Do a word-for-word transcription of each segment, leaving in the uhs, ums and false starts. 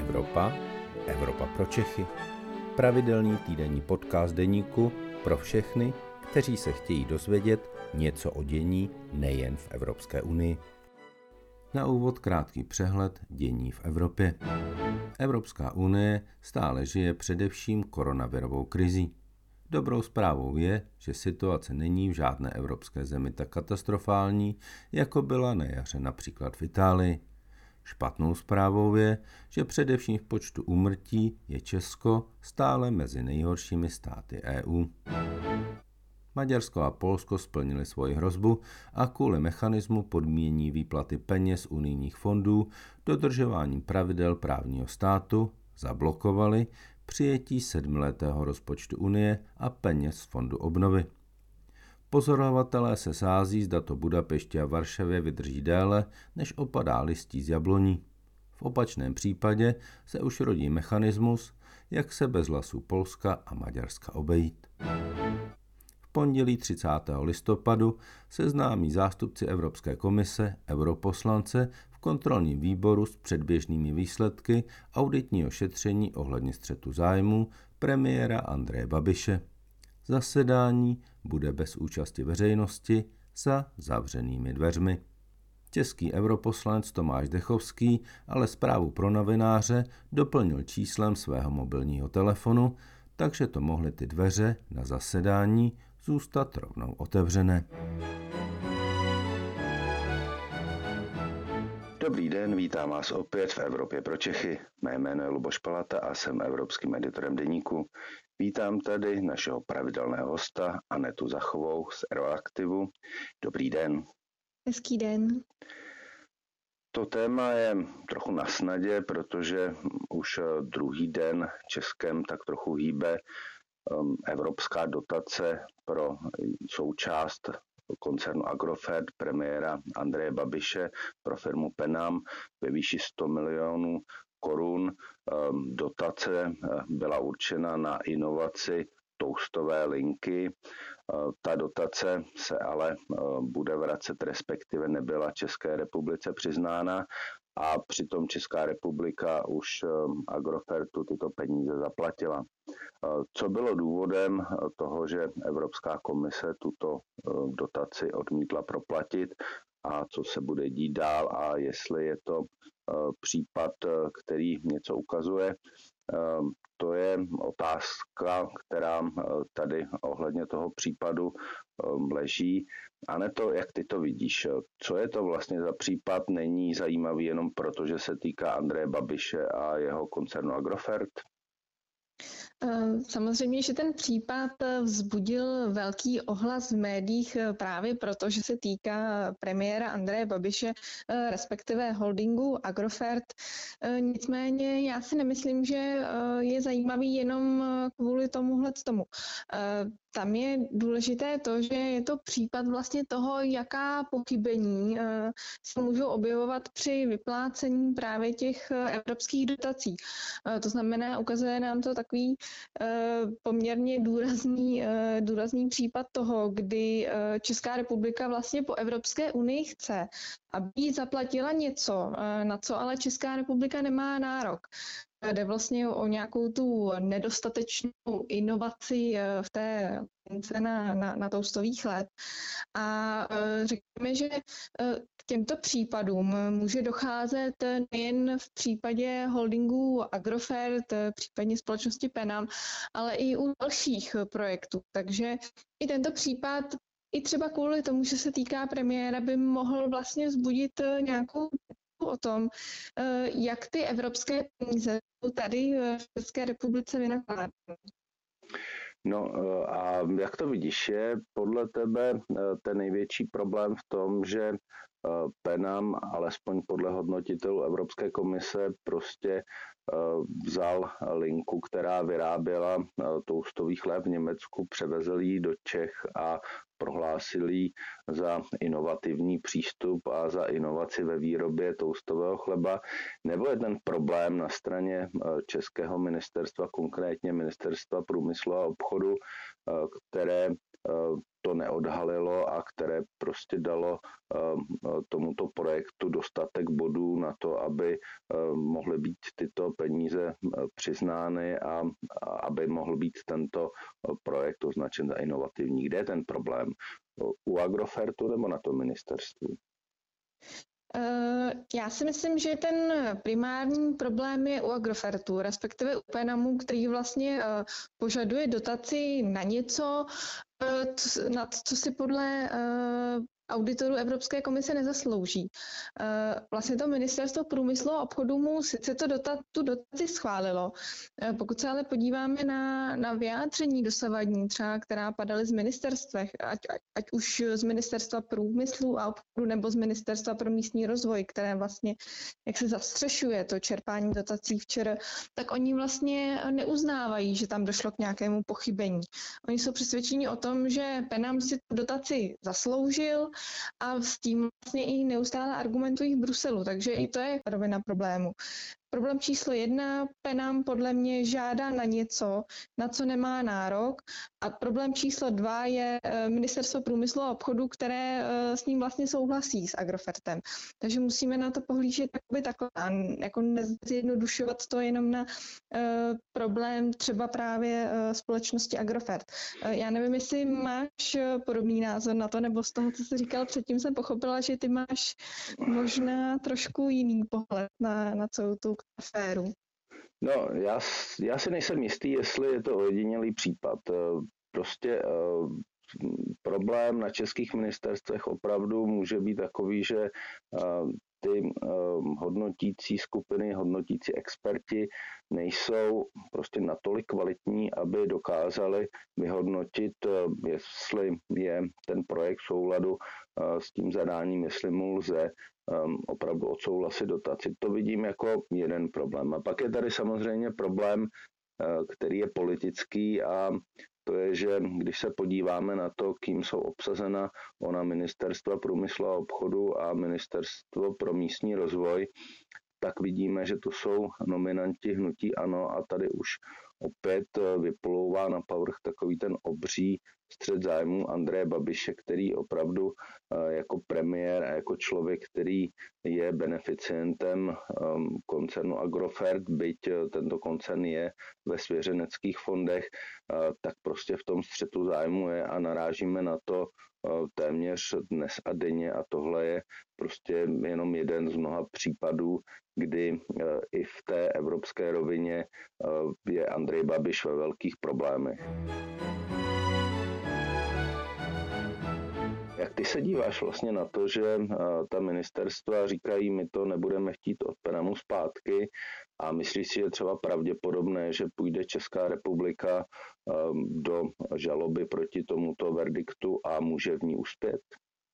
Evropa, Evropa pro Čechy. Pravidelný týdenní podcast deníku pro všechny, kteří se chtějí dozvědět něco o dění nejen v Evropské unii. Na úvod krátký přehled dění v Evropě. Evropská unie stále žije především koronavirovou krizí. Dobrou zprávou je, že situace není v žádné evropské zemi tak katastrofální, jako byla na jaře například v Itálii. Špatnou zprávou je, že především v počtu úmrtí je Česko stále mezi nejhoršími státy E U. Maďarsko a Polsko splnili svoji hrozbu a kvůli mechanismu podmínění výplaty peněz unijních fondů dodržováním pravidel právního státu zablokovali přijetí sedmiletého rozpočtu Unie a peněz z fondu obnovy. Pozorovatelé se sází, zda to Budapešti a Varšavě vydrží déle, než opadá listí z jabloní. V opačném případě se už rodí mechanismus, jak se bez hlasů Polska a Maďarska obejít. V pondělí třicátého listopadu seznámí zástupci Evropské komise europoslance v kontrolním výboru s předběžnými výsledky auditního šetření ohledně střetu zájmů premiéra Andreje Babiše. Zasedání bude bez účasti veřejnosti za zavřenými dveřmi. Český europoslanec Tomáš Dechovský ale zprávu pro novináře doplnil číslem svého mobilního telefonu, takže to mohly ty dveře na zasedání zůstat rovnou otevřené. Dobrý den, vítám vás opět v Evropě pro Čechy. Mé jméno je Luboš Palata a jsem evropským editorem deníku. Vítám tady našeho pravidelného hosta Anetu Zachovou z Euroaktivu. Dobrý den. Hezký den. To téma je trochu na snadě, protože už druhý den Českem tak trochu hýbe um, evropská dotace pro součást koncernu Agrofert premiéra Andreje Babiše pro firmu Penam ve výši sto milionů korun. Dotace byla určena na inovaci toastové linky. Ta dotace se ale bude vracet, respektive nebyla České republice přiznána a přitom Česká republika už Agrofertu tyto peníze zaplatila. Co bylo důvodem toho, že Evropská komise tuto dotaci odmítla proplatit a co se bude dít dál a jestli je to případ, který něco ukazuje, to je otázka, která tady ohledně toho případu leží. Aneto, jak ty to vidíš? Co je to vlastně za případ? Není zajímavý jenom proto, že se týká Andreje Babiše a jeho koncernu Agrofert? Samozřejmě, že ten případ vzbudil velký ohlas v médiích právě proto, že se týká premiéra Andreje Babiše, respektive holdingu Agrofert. Nicméně já si nemyslím, že je zajímavý jenom kvůli tomuhle tomu. Tam je důležité to, že je to případ vlastně toho, jaká pochybení se můžou objevovat při vyplácení právě těch evropských dotací. To znamená, ukazuje nám to takový poměrně důrazný, důrazný případ toho, kdy Česká republika vlastně po Evropské unii chce, aby jí zaplatila něco, na co ale Česká republika nemá nárok. Jde vlastně o nějakou tu nedostatečnou inovaci v té lince na, na, na toastový chléb. A řekněme, že k těmto případům může docházet nejen v případě holdingu Agrofert, případně společnosti Penam, ale i u dalších projektů. Takže i tento případ, i třeba kvůli tomu, že se týká premiéra, by mohl vlastně vzbudit nějakou o tom, jak ty evropské peníze tady v České republice vynakládají. No a jak to vidíš, je podle tebe ten největší problém v tom, že Penam, alespoň podle hodnotitelů Evropské komise, prostě vzal linku, která vyráběla toastový chléb v Německu, převezl ji do Čech a prohlásil ji za inovativní přístup a za inovaci ve výrobě toastového chleba, nebo je ten problém na straně českého ministerstva, konkrétně ministerstva průmyslu a obchodu, které to neodhalilo a které prostě dalo tomuto projektu dostatek bodů na to, aby mohly být tyto peníze přiznány a aby mohl být tento projekt označen za inovativní. Kde je ten problém? U Agrofertu nebo na tom ministerstvu? Já si myslím, že ten primární problém je u Agrofertu, respektive u Penamu, který vlastně požaduje dotaci na něco, na co si podle auditorů Evropské komise nezaslouží. Vlastně to ministerstvo průmyslu a obchodu mu sice to dota, tu dotaci schválilo. Pokud se ale podíváme na, na vyjádření dosavadní, třeba která padaly z ministerstvech, ať, ať, ať už z ministerstva průmyslu a obchodu nebo z ministerstva pro místní rozvoj, které vlastně jak se zastřešuje to čerpání dotací včera, tak oni vlastně neuznávají, že tam došlo k nějakému pochybení. Oni jsou přesvědčeni o tom, že Penam si tu dotaci zasloužil a s tím vlastně i neustále argumentují v Bruselu, takže i to je rovina problému. Problém číslo jedna, Penam podle mě žádá na něco, na co nemá nárok, a problém číslo dva je ministerstvo průmyslu a obchodu, které s ním vlastně souhlasí s Agrofertem. Takže musíme na to pohlížet takhle a jako nezjednodušovat to jenom na uh, problém třeba právě uh, společnosti Agrofert. Uh, já nevím, jestli máš podobný názor na to, nebo z toho, co jsi říkal předtím, jsem pochopila, že ty máš možná trošku jiný pohled na, na celou tu aféru. No, já, já si nejsem jistý, jestli je to ojedinělý případ. Prostě uh, problém na českých ministerstvech opravdu může být takový, že uh, ty uh, hodnotící skupiny, hodnotící experti nejsou prostě natolik kvalitní, aby dokázali vyhodnotit, uh, jestli je ten projekt v souladu uh, s tím zadáním, jestli mu lze um, opravdu odsouhlasit dotaci. To vidím jako jeden problém. A pak je tady samozřejmě problém, uh, který je politický, a to je, že když se podíváme na to, kým jsou obsazena ona ministerstva průmyslu a obchodu a ministerstvo pro místní rozvoj, tak vidíme, že to jsou nominanti hnutí ANO, a tady už opět vyplouvá na povrch takový ten obří střet zájmů Andreje Babiše, který opravdu jako premiér a jako člověk, který je beneficientem koncernu Agrofert, byť tento koncern je ve svěřeneckých fondech, tak prostě v tom střetu zájmu je a narážíme na to téměř dnes a denně, a tohle je prostě jenom jeden z mnoha případů, kdy i v té evropské rovině je Andrej Babiš ve velkých problémech. Jak ty se díváš vlastně na to, že ta ministerstva říkají, my to nebudeme chtít od Penamu zpátky, a myslíš si, že třeba pravděpodobné, že půjde Česká republika do žaloby proti tomuto verdiktu a může v ní uspět?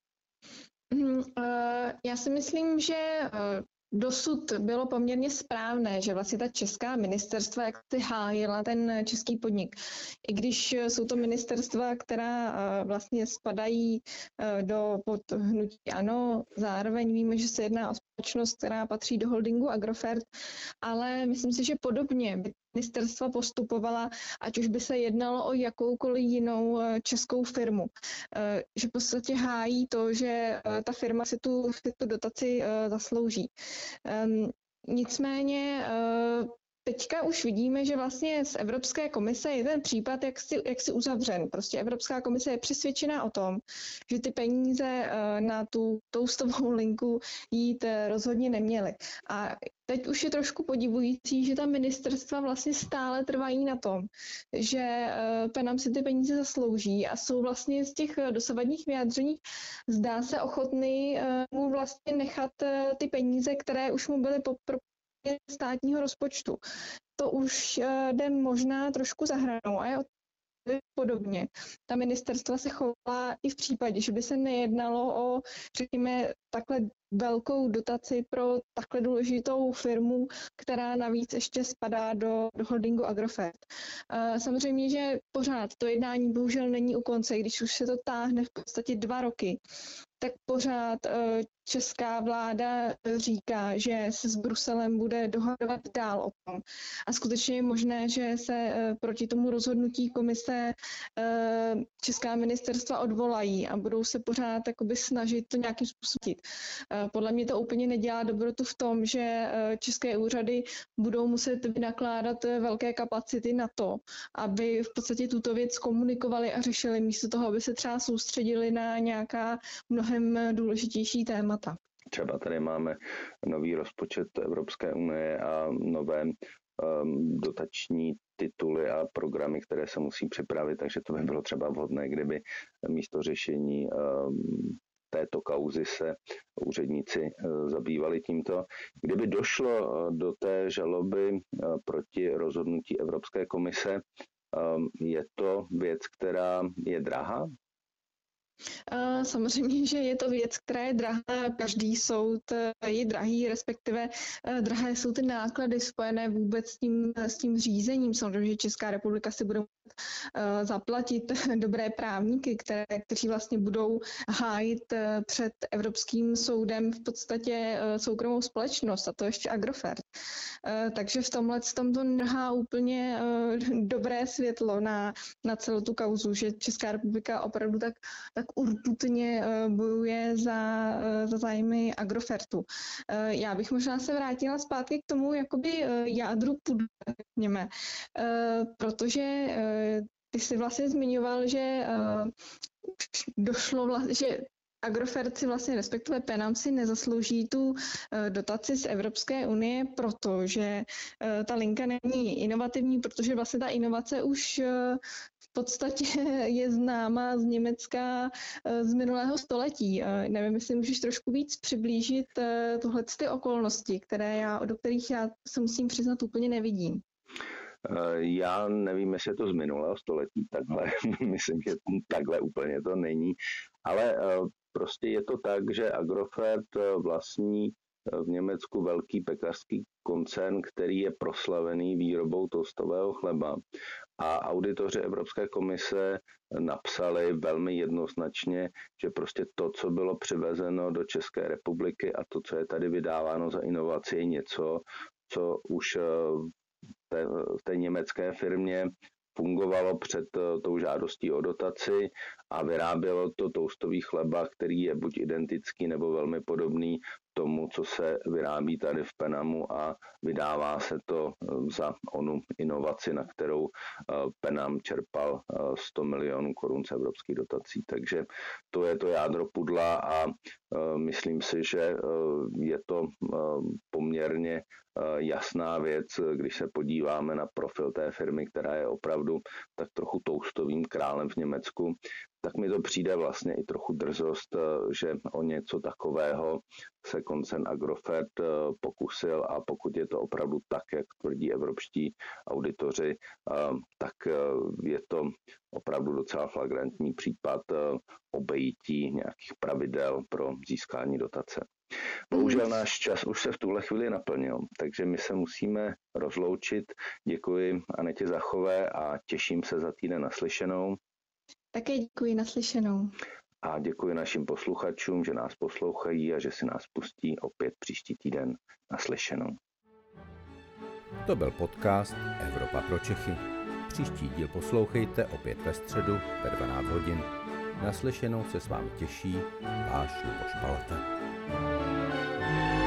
Já si myslím, že dosud bylo poměrně správné, že vlastně ta česká ministerstva jak si hájila ten český podnik. I když jsou to ministerstva, která vlastně spadají do pod hnutí ANO, zároveň víme, že se jedná o společnost, která patří do holdingu Agrofert, ale myslím si, že podobně by ministerstva postupovala, ať už by se jednalo o jakoukoliv jinou českou firmu. Že v podstatě hájí to, že ta firma si tu, si tu dotaci zaslouží. Nicméně teďka už vidíme, že vlastně z Evropské komise je ten případ jaksi, jaksi uzavřen. Prostě Evropská komise je přesvědčená o tom, že ty peníze na tu toastovou linku jít rozhodně neměly. A teď už je trošku podivující, že ta ministerstva vlastně stále trvají na tom, že Penam si ty peníze zaslouží a jsou vlastně z těch dosavadních vyjádření zdá se ochotný mu vlastně nechat ty peníze, které už mu byly po státního rozpočtu. To už jde možná trošku za hranou a je podobně. Ta ministerstva se chovala i v případě, že by se nejednalo o, řekněme, takhle velkou dotaci pro takhle důležitou firmu, která navíc ještě spadá do, do holdingu Agrofert. Samozřejmě, že pořád to jednání bohužel není u konce, když už se to táhne v podstatě dva roky. tak pořád česká vláda říká, že se s Bruselem bude dohadovat dál o tom. A skutečně je možné, že se proti tomu rozhodnutí komise česká ministerstva odvolají a budou se pořád jakoby snažit to nějakým způsobem. Podle mě to úplně nedělá dobrotu v tom, že české úřady budou muset vynakládat velké kapacity na to, aby v podstatě tuto věc komunikovali a řešili, místo toho, aby se třeba soustředili na nějaká mnohem důležitější témata. Třeba tady máme nový rozpočet Evropské unie a nové um, dotační tituly a programy, které se musí připravit, takže to by bylo třeba vhodné, kdyby místo řešení um, této kauzy se úředníci zabývali tímto. Kdyby došlo do té žaloby proti rozhodnutí Evropské komise, je to věc, která je drahá? Samozřejmě, že je to věc, která je drahá. Každý soud je drahý, respektive drahé jsou ty náklady spojené vůbec s tím, s tím řízením. Samozřejmě, že Česká republika si bude zaplatit dobré právníky, které, kteří vlastně budou hájit před Evropským soudem v podstatě soukromou společnost, a to ještě Agrofert. Takže v tomhle tom to nehá úplně dobré světlo na, na celou tu kauzu, že Česká republika opravdu tak, tak urputně bojuje za, za zájmy Agrofertu. Já bych možná se vrátila zpátky k tomu jakoby jádru pudla, řekněme, protože ty jsi vlastně zmiňoval, že došlo vlastně, že Agrofert si vlastně, respektive Penam si nezaslouží tu dotaci z Evropské unie, protože ta linka není inovativní, protože vlastně ta inovace už v podstatě je známa z Německa z minulého století. Nevím, jestli můžeš trošku víc přiblížit tohle ty okolnosti, které já, do kterých já se musím přiznat úplně nevidím. Já nevím, jestli je to z minulého století, takhle, myslím, že takhle úplně to není, ale prostě je to tak, že Agrofert vlastní v Německu velký pekařský koncern, který je proslavený výrobou toastového chleba. A auditoři Evropské komise napsali velmi jednoznačně, že prostě to, co bylo přivezeno do České republiky a to, co je tady vydáváno za inovaci, je něco, co už v té, v té německé firmě fungovalo před tou žádostí o dotaci a vyrábělo to toastový chleba, který je buď identický nebo velmi podobný tomu, co se vyrábí tady v Penamu, a vydává se to za onu inovaci, na kterou Penam čerpal sto milionů korun z evropských dotací. Takže to je to jádro pudla a myslím si, že je to poměrně jasná věc, když se podíváme na profil té firmy, která je opravdu tak trochu toastovým králem v Německu, tak mi to přijde vlastně i trochu drzost, že o něco takového se koncern Agrofert pokusil, a pokud je to opravdu tak, jak tvrdí evropští auditoři, tak je to opravdu docela flagrantní případ obejití nějakých pravidel pro získání dotace. Bohužel náš čas už se v tuhle chvíli naplnil, takže my se musíme rozloučit. Děkuji Anetě Zachové a těším se za týden naslyšenou. Také děkuji, naslyšenou. A děkuji našim posluchačům, že nás poslouchají a že si nás pustí opět příští týden. Naslyšenou. To byl podcast Evropa pro Čechy. Příští díl poslouchejte opět ve středu ve dvanáct hodin. Naslyšenou se s vámi těší váš Luboš Palata.